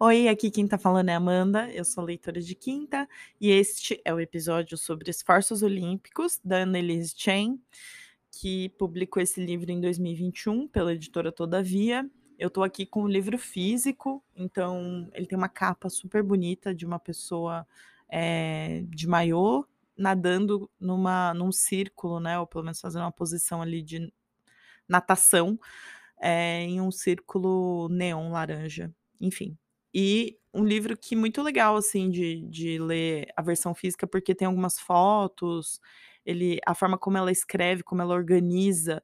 Oi, aqui quem tá falando é a Amanda, eu sou leitora de quinta, e este é o episódio sobre esforços olímpicos, da Annelise Chen, que publicou esse livro em 2021 pela editora Todavia. Eu tô aqui com o livro físico, então ele tem uma capa super bonita de uma pessoa, de maiô, nadando num círculo, né, ou pelo menos fazendo uma posição ali de natação, em um círculo neon laranja, enfim. E um livro que muito legal, assim, de ler a versão física, porque tem algumas fotos, a forma como ela escreve, como ela organiza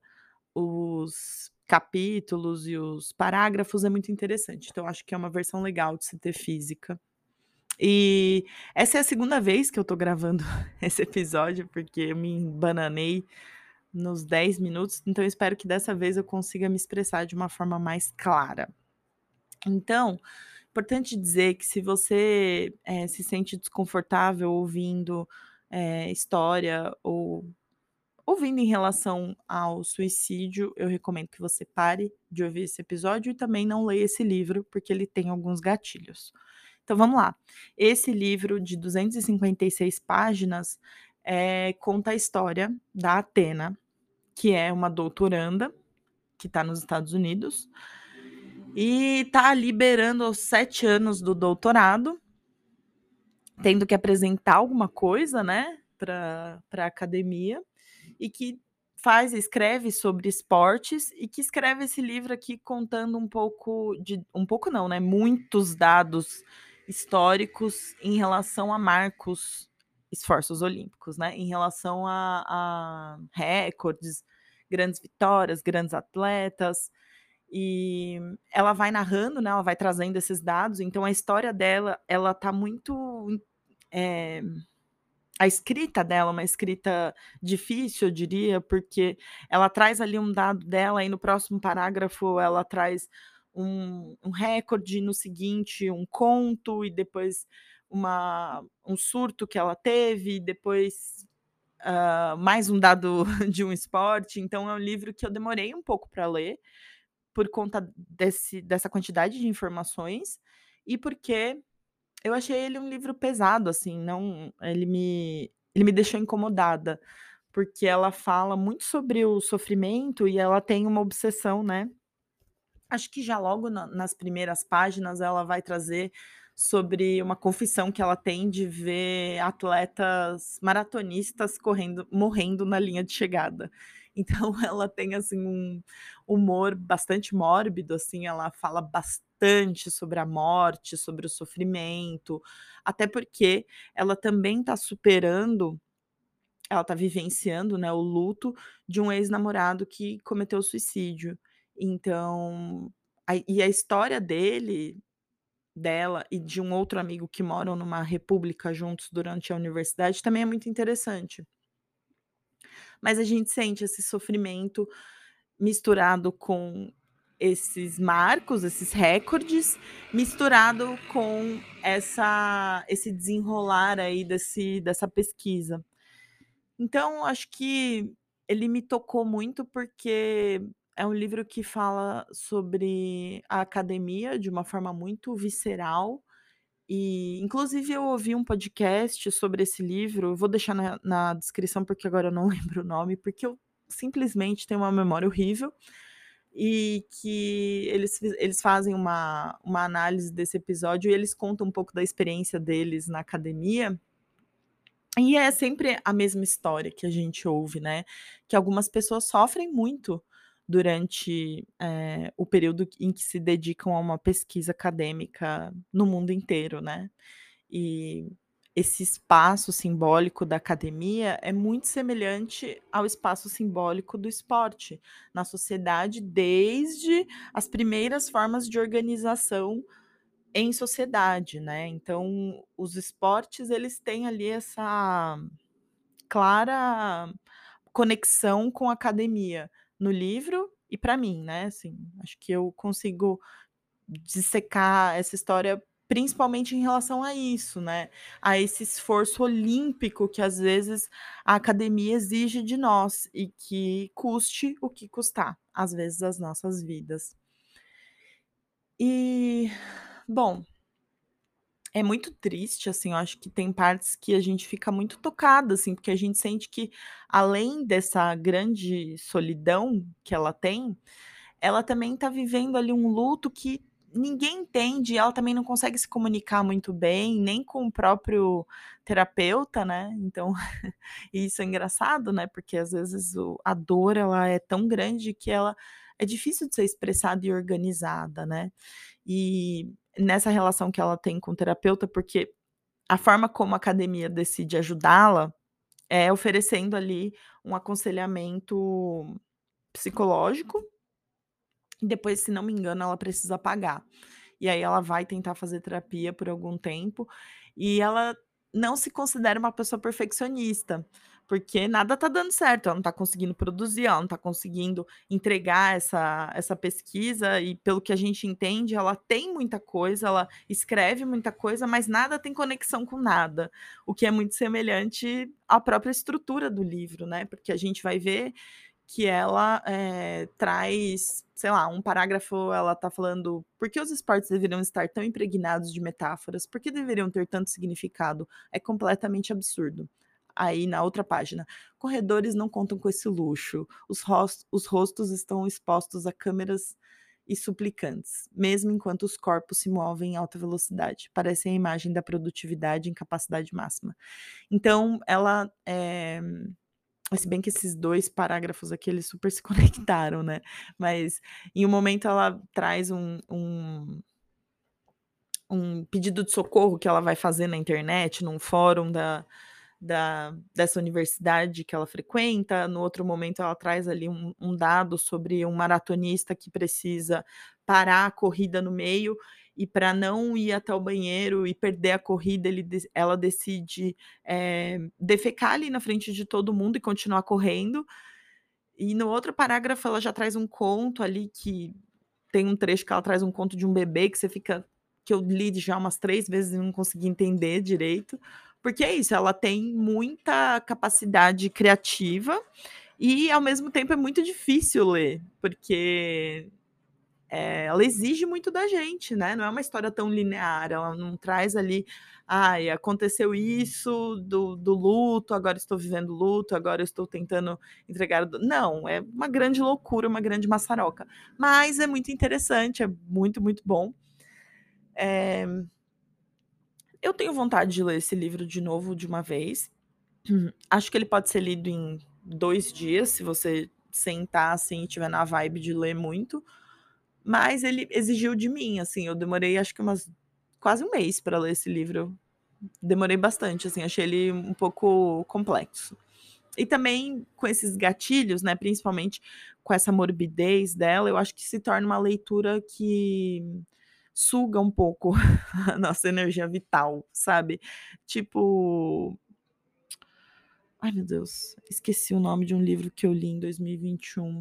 os capítulos e os parágrafos é muito interessante, então acho que é uma versão legal de se ter física. E essa é a segunda vez que eu tô gravando esse episódio, porque eu me embananei nos 10 minutos, então eu espero que dessa vez eu consiga me expressar de uma forma mais clara. Então, importante dizer que se você, se sente desconfortável ouvindo, história ou ouvindo em relação ao suicídio, eu recomendo que você pare de ouvir esse episódio e também não leia esse livro, porque ele tem alguns gatilhos. Então vamos lá. Esse livro de 256 páginas, conta a história da Athena, que é uma doutoranda, que está nos Estados Unidos, e está liberando aos 7 anos do doutorado, tendo que apresentar alguma coisa, né, para a academia, e que escreve sobre esportes, e que escreve esse livro aqui contando um pouco não, né, muitos dados históricos em relação a marcos, esforços olímpicos, né, em relação a recordes, grandes vitórias, grandes atletas, e ela vai narrando, né, ela vai trazendo esses dados, então a história dela, ela tá muito, eh, a escrita dela é uma escrita difícil, eu diria, porque ela traz ali um dado dela e no próximo parágrafo ela traz um recorde, no seguinte um conto e depois um surto que ela teve, e depois, mais um dado de um esporte, então é um livro que eu demorei um pouco para ler, por conta dessa quantidade de informações, e porque eu achei ele um livro pesado, assim, não ele me deixou incomodada, porque ela fala muito sobre o sofrimento e ela tem uma obsessão, né. Acho que já logo nas primeiras páginas ela vai trazer sobre uma confissão que ela tem de ver atletas maratonistas morrendo na linha de chegada. Então ela tem, assim, um humor bastante mórbido, assim, ela fala bastante sobre a morte, sobre o sofrimento, até porque ela também está superando, ela está vivenciando, né, o luto de um ex-namorado que cometeu suicídio. Então, a história dela e de um outro amigo que moram numa república juntos durante a universidade também é muito interessante. Mas a gente sente esse sofrimento misturado com esses marcos, esses recordes, misturado com esse desenrolar aí dessa pesquisa. Então, acho que ele me tocou muito, porque é um livro que fala sobre a academia de uma forma muito visceral, e inclusive eu ouvi um podcast sobre esse livro, eu vou deixar na descrição, porque agora eu não lembro o nome, porque eu simplesmente tenho uma memória horrível, e que eles fazem uma análise desse episódio e eles contam um pouco da experiência deles na academia, e é sempre a mesma história que a gente ouve, né, que algumas pessoas sofrem muito durante, o período em que se dedicam a uma pesquisa acadêmica no mundo inteiro, né. E esse espaço simbólico da academia é muito semelhante ao espaço simbólico do esporte na sociedade, desde as primeiras formas de organização em sociedade, né. Então, os esportes, eles têm ali essa clara conexão com a academia, no livro e para mim, né, assim, acho que eu consigo dissecar essa história, principalmente em relação a isso, né, a esse esforço olímpico que às vezes a academia exige de nós e que custe o que custar, às vezes, as nossas vidas. E, bom, É muito triste, assim, eu acho que tem partes que a gente fica muito tocada, assim, porque a gente sente que, além dessa grande solidão que ela também tá vivendo ali um luto que ninguém entende, ela também não consegue se comunicar muito bem, nem com o próprio terapeuta, né, então e isso é engraçado, né, porque às vezes a dor ela é tão grande que ela é difícil de ser expressada e organizada, né. E nessa relação que ela tem com o terapeuta, porque a forma como a academia decide ajudá-la é oferecendo ali um aconselhamento psicológico, e depois, se não me engano, ela precisa pagar. E aí ela vai tentar fazer terapia por algum tempo, e ela não se considera uma pessoa perfeccionista, porque nada tá dando certo, ela não tá conseguindo produzir, ela não tá conseguindo entregar essa pesquisa e pelo que a gente entende, ela tem muita coisa, ela escreve muita coisa, mas nada tem conexão com nada, o que é muito semelhante à própria estrutura do livro, né, porque a gente vai ver que ela, traz, sei lá, um parágrafo ela tá falando: "Por que os esportes deveriam estar tão impregnados de metáforas? Por que deveriam ter tanto significado? É completamente absurdo". Aí na outra página: "Corredores não contam com esse luxo. Os rostos estão expostos a câmeras e suplicantes, mesmo enquanto os corpos se movem em alta velocidade. Parece a imagem da produtividade em capacidade máxima". Então ela, mas se bem que esses 2 parágrafos aqui, eles super se conectaram, né, mas em um momento ela traz um pedido de socorro que ela vai fazer na internet, num fórum dessa universidade que ela frequenta, no outro momento ela traz ali um dado sobre um maratonista que precisa parar a corrida no meio, e para não ir até o banheiro e perder a corrida, ela decide, defecar ali na frente de todo mundo e continuar correndo. E no outro parágrafo ela já traz um conto ali que tem um trecho que ela traz um conto de um bebê que você fica que eu li já umas 3 vezes e não consegui entender direito, porque é isso, ela tem muita capacidade criativa e ao mesmo tempo é muito difícil ler, porque ela exige muito da gente, né, não é uma história tão linear, ela não traz ali: "Ai, aconteceu isso do luto, agora estou vivendo luto, agora eu estou tentando entregar o do", não, é uma grande loucura, uma grande maçaroca. Mas é muito interessante, é muito, muito bom. Eh, eu tenho vontade de ler esse livro de novo de uma vez. Acho que ele pode ser lido em 2 dias, se você sentar, assim, e tiver na vibe de ler muito. Mas ele exigiu de mim, assim, eu demorei acho que umas quase um mês para ler esse livro. Demorei bastante, assim, achei ele um pouco complexo. E também com esses gatilhos, né, principalmente com essa morbidez dela, eu acho que se torna uma leitura que suga um pouco a nossa energia vital, sabe. Tipo, ai meu Deus, esqueci o nome de um livro que eu li em 2021.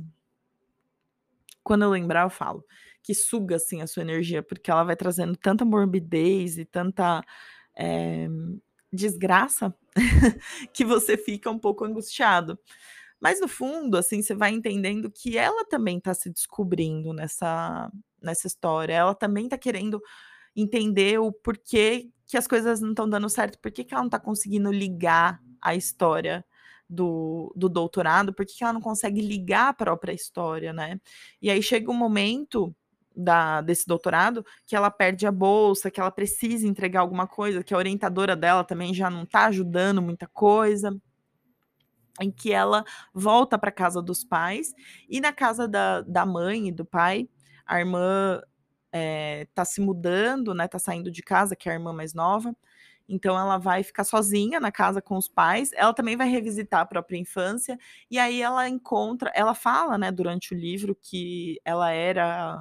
Quando eu lembrar eu falo, que suga, assim, a sua energia, porque ela vai trazendo tanta morbidez e tanta, eh, desgraça, que você fica um pouco angustiado. Mas no fundo, assim, você vai entendendo que ela também está se descobrindo nessa história, ela também está querendo entender o porquê que as coisas não estão dando certo, por que que ela não está conseguindo ligar a história do doutorado, por que que ela não consegue ligar a própria história, né. E aí chega um momento desse doutorado que ela perde a bolsa, que ela precisa entregar alguma coisa, que a orientadora dela também já não está ajudando muita coisa, em que ela volta para casa dos pais, e na casa da mãe e do pai, a irmã, tá se mudando, né, tá saindo de casa, que é a irmã mais nova, então ela vai ficar sozinha na casa com os pais, ela também vai revisitar a própria infância, e aí ela fala, né, durante o livro que ela era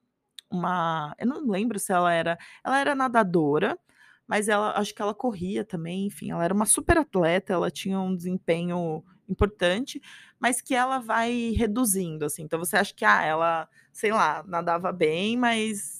eu não lembro se ela era nadadora, mas ela acho que ela corria também, enfim, ela era uma super atleta, ela tinha um desempenho importante, mas que ela vai reduzindo, assim. Então você acha que, ela, sei lá, nadava bem, mas,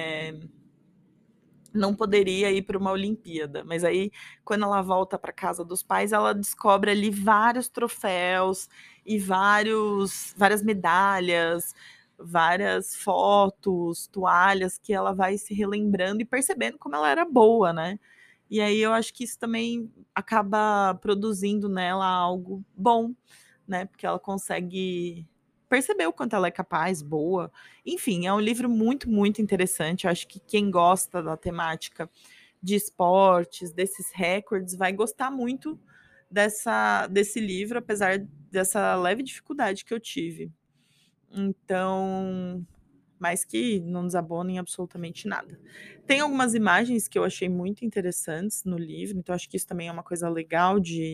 não poderia ir para uma Olimpíada, mas aí quando ela volta para casa dos pais, ela descobre ali vários troféus e várias medalhas, várias fotos, toalhas que ela vai se relembrando e percebendo como ela era boa, né. E aí eu acho que isso também acaba produzindo nela algo bom, né, porque ela consegue perceber o quanto ela é capaz, boa. Enfim, é um livro muito, muito interessante. Eu acho que quem gosta da temática de esportes, desses recordes, vai gostar muito desse livro, apesar dessa leve dificuldade que eu tive. Então, mas que não desabona em absolutamente nada. Tem algumas imagens que eu achei muito interessantes no livro, então acho que isso também é uma coisa legal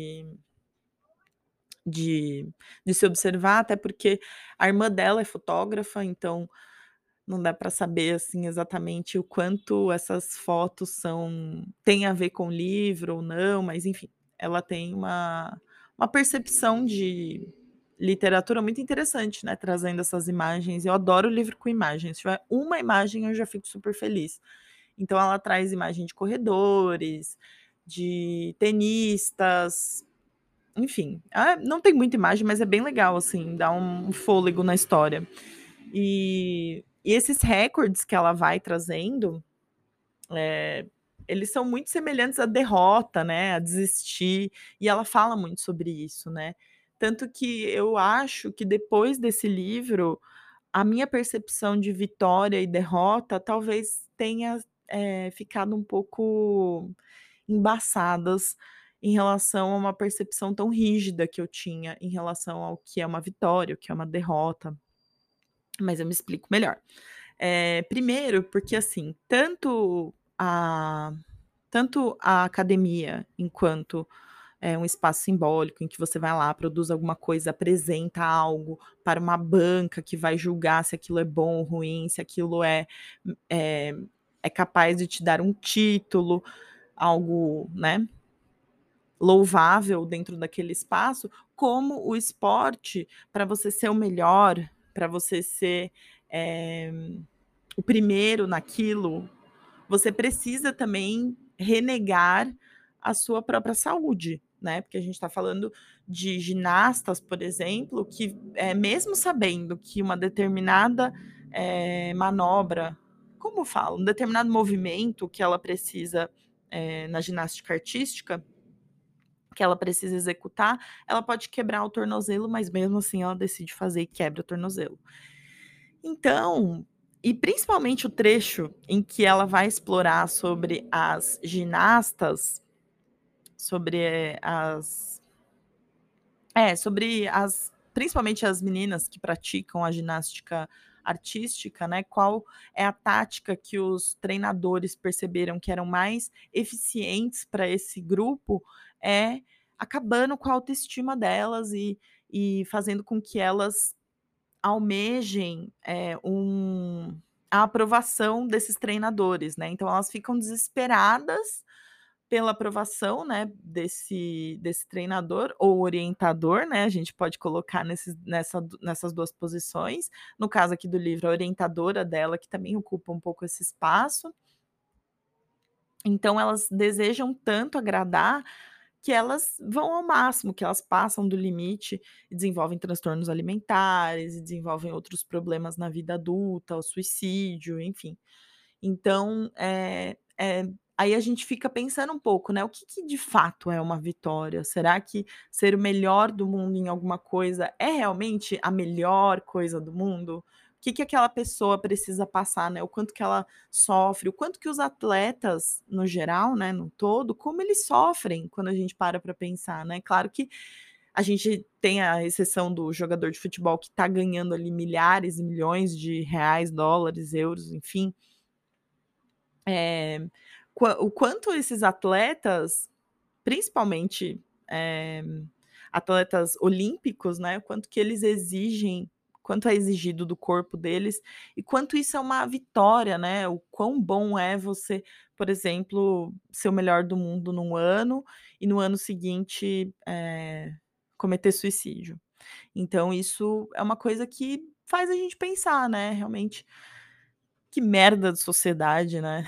de de se observar, até porque a irmã dela é fotógrafa, então não dá para saber, assim, exatamente o quanto essas fotos têm a ver com o livro ou não, mas enfim, ela tem uma percepção de literatura muito interessante, né, trazendo essas imagens. Eu adoro livro com imagens, se tiver uma imagem eu já fico super feliz. Então ela traz imagem de corredores, de tenistas, enfim. Não tem muita imagem, mas é bem legal, assim, dá um fôlego na história. E esses recordes que ela vai trazendo, eh, eles são muito semelhantes à derrota, né, a desistir, e ela fala muito sobre isso, né. Tanto que eu acho que depois desse livro, a minha percepção de vitória e derrota talvez tenha, ficado um pouco embaçadas em relação a uma percepção tão rígida que eu tinha em relação ao que é uma vitória, o que é uma derrota, mas eu me explico melhor. Primeiro porque, assim, tanto a academia, enquanto, um espaço simbólico em que você vai lá, produz alguma coisa, apresenta algo para uma banca que vai julgar se aquilo é bom ou ruim, se aquilo é é capaz de te dar um título, algo, né, louvável dentro daquele espaço, como o esporte, para você ser o melhor, para você ser, eh, o primeiro naquilo, você precisa também renegar a sua própria saúde, né, porque a gente está falando de ginastas, por exemplo, que, mesmo sabendo que uma determinada, manobra, como falo? Um determinado movimento que ela precisa, na ginástica artística, que ela precisa executar, ela pode quebrar o tornozelo, mas mesmo assim ela decide fazer e quebra o tornozelo. Então, e principalmente o trecho em que ela vai explorar sobre as ginastas, sobre, sobre as principalmente as meninas que praticam a ginástica artística, né, qual é a tática que os treinadores perceberam que eram mais eficientes para esse grupo, é acabando com a autoestima delas e fazendo com que elas almejem, a aprovação desses treinadores, né, então elas ficam desesperadas pela aprovação, né, desse treinador ou orientador, né, a gente pode colocar nessas 2 posições. No caso aqui do livro, a orientadora dela, que também ocupa um pouco esse espaço. Então elas desejam tanto agradar, que elas vão ao máximo, que elas passam do limite e desenvolvem transtornos alimentares e desenvolvem outros problemas na vida adulta, o suicídio, enfim. Então, aí a gente fica pensando um pouco, né, o que que de fato é uma vitória? Será que ser o melhor do mundo em alguma coisa é realmente a melhor coisa do mundo? O que que aquela pessoa precisa passar, né, o quanto que ela sofre, o quanto que os atletas no geral, né, no todo, como eles sofrem quando a gente para para pensar, né. Claro que a gente tem a exceção do jogador de futebol que está ganhando ali milhares e milhões de reais, dólares, euros, enfim, eh, o quanto esses atletas, principalmente, atletas olímpicos, né, o quanto que eles exigem, quanto é exigido do corpo deles e quanto isso é uma vitória, né, o quão bom é você, por exemplo, ser o melhor do mundo num ano e no ano seguinte, cometer suicídio. Então isso é uma coisa que faz a gente pensar, né, realmente, que merda de sociedade, né.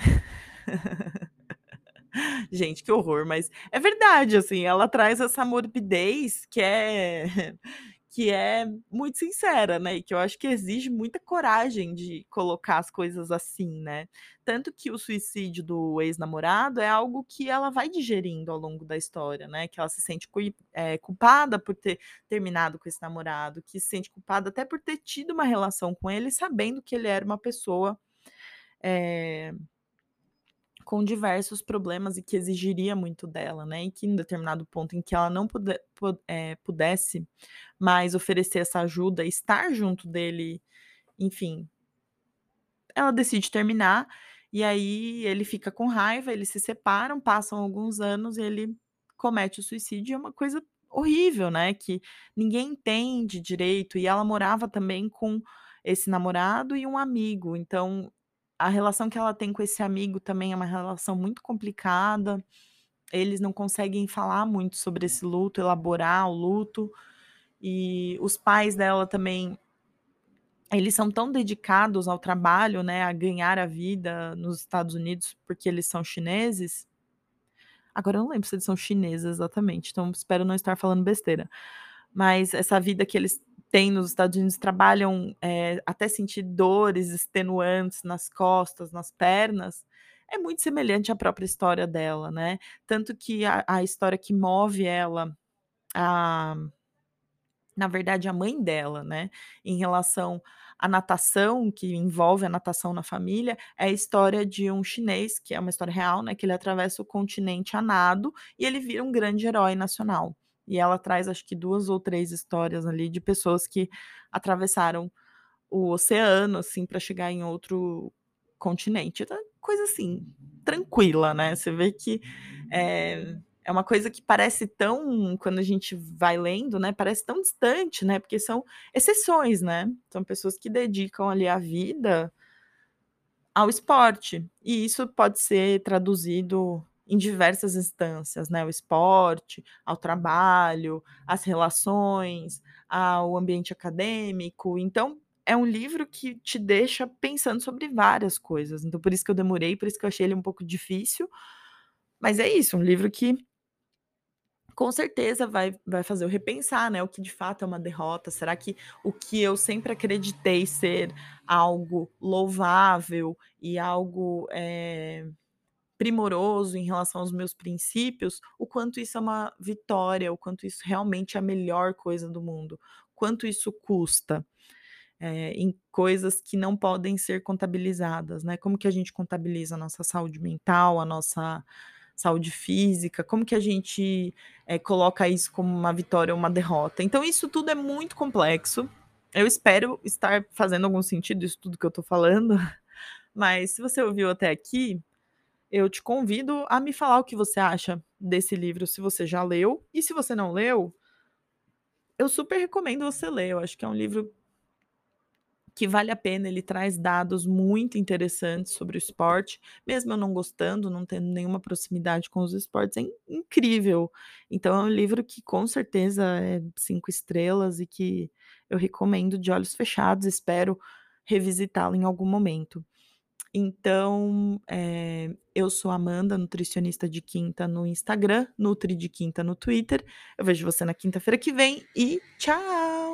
Gente, que horror, mas é verdade, assim, ela traz essa morbidez que é que é muito sincera, né, e que eu acho que exige muita coragem de colocar as coisas assim, né. Tanto que o suicídio do ex-namorado é algo que ela vai digerindo ao longo da história, né, que ela se sente culpada por ter terminado com esse namorado, que se sente culpada até por ter tido uma relação com ele, sabendo que ele era uma pessoa, eh com diversos problemas e que exigiria muito dela, né, e que em determinado ponto em que ela não pudesse mais oferecer essa ajuda, estar junto dele, enfim, ela decide terminar, e aí ele fica com raiva, eles se separam, passam alguns anos e ele comete o suicídio, e é uma coisa horrível, né, que ninguém entende direito, e ela morava também com esse namorado e um amigo, então a relação que ela tem com esse amigo também é uma relação muito complicada, eles não conseguem falar muito sobre esse luto, elaborar o luto, e os pais dela também eles são tão dedicados ao trabalho, né, a ganhar a vida nos Estados Unidos, porque eles são chineses. Agora eu não lembro se eles são chineses exatamente, então espero não estar falando besteira. Mas essa vida que eles têm nos Estados Unidos, trabalham, até sentir dores extenuantes nas costas, nas pernas, é muito semelhante à própria história dela, né. Tanto que a história que move ela a na verdade, a mãe dela, né, em relação à natação, que envolve a natação na família, é a história de um chinês, que é uma história real, né, que ele atravessa o continente a nado e ele vira um grande herói nacional. E ela traz acho que 2 ou 3 histórias ali de pessoas que atravessaram o oceano, assim, para chegar em outro continente. Então, coisa assim, tranquila, né, você vê que, é uma coisa que parece tão quando a gente vai lendo, né, parece tão distante, né, porque são exceções, né, são pessoas que dedicam ali a vida ao esporte, e isso pode ser traduzido em diversas instâncias, né, o esporte, ao trabalho, às relações, ao ambiente acadêmico, então é um livro que te deixa pensando sobre várias coisas, então por isso que eu demorei, por isso que eu achei ele um pouco difícil, mas é isso, um livro que com certeza vai fazer eu repensar, né, o que de fato é uma derrota, será que o que eu sempre acreditei ser algo louvável e algo, primoroso em relação aos meus princípios, o quanto isso é uma vitória, o quanto isso realmente é a melhor coisa do mundo, quanto isso custa, em coisas que não podem ser contabilizadas, né, como que a gente contabiliza a nossa saúde mental, a nossa saúde física, como que a gente, coloca isso como uma vitória ou uma derrota. Então isso tudo é muito complexo, eu espero estar fazendo algum sentido isso tudo que eu estou falando, mas se você ouviu até aqui, eu te convido a me falar o que você acha desse livro, se você já leu, e se você não leu, eu super recomendo você ler, eu acho que é um livro que vale a pena, ele traz dados muito interessantes sobre o esporte, mesmo eu não gostando, não tendo nenhuma proximidade com os esportes, é incrível. Então é um livro que com certeza é 5 estrelas e que eu recomendo de olhos fechados, espero revisitá-lo em algum momento. Então, eu sou Amanda, nutricionista de quinta no Instagram, Nutri de Quinta no Twitter. Eu vejo você na quinta-feira que vem e tchau!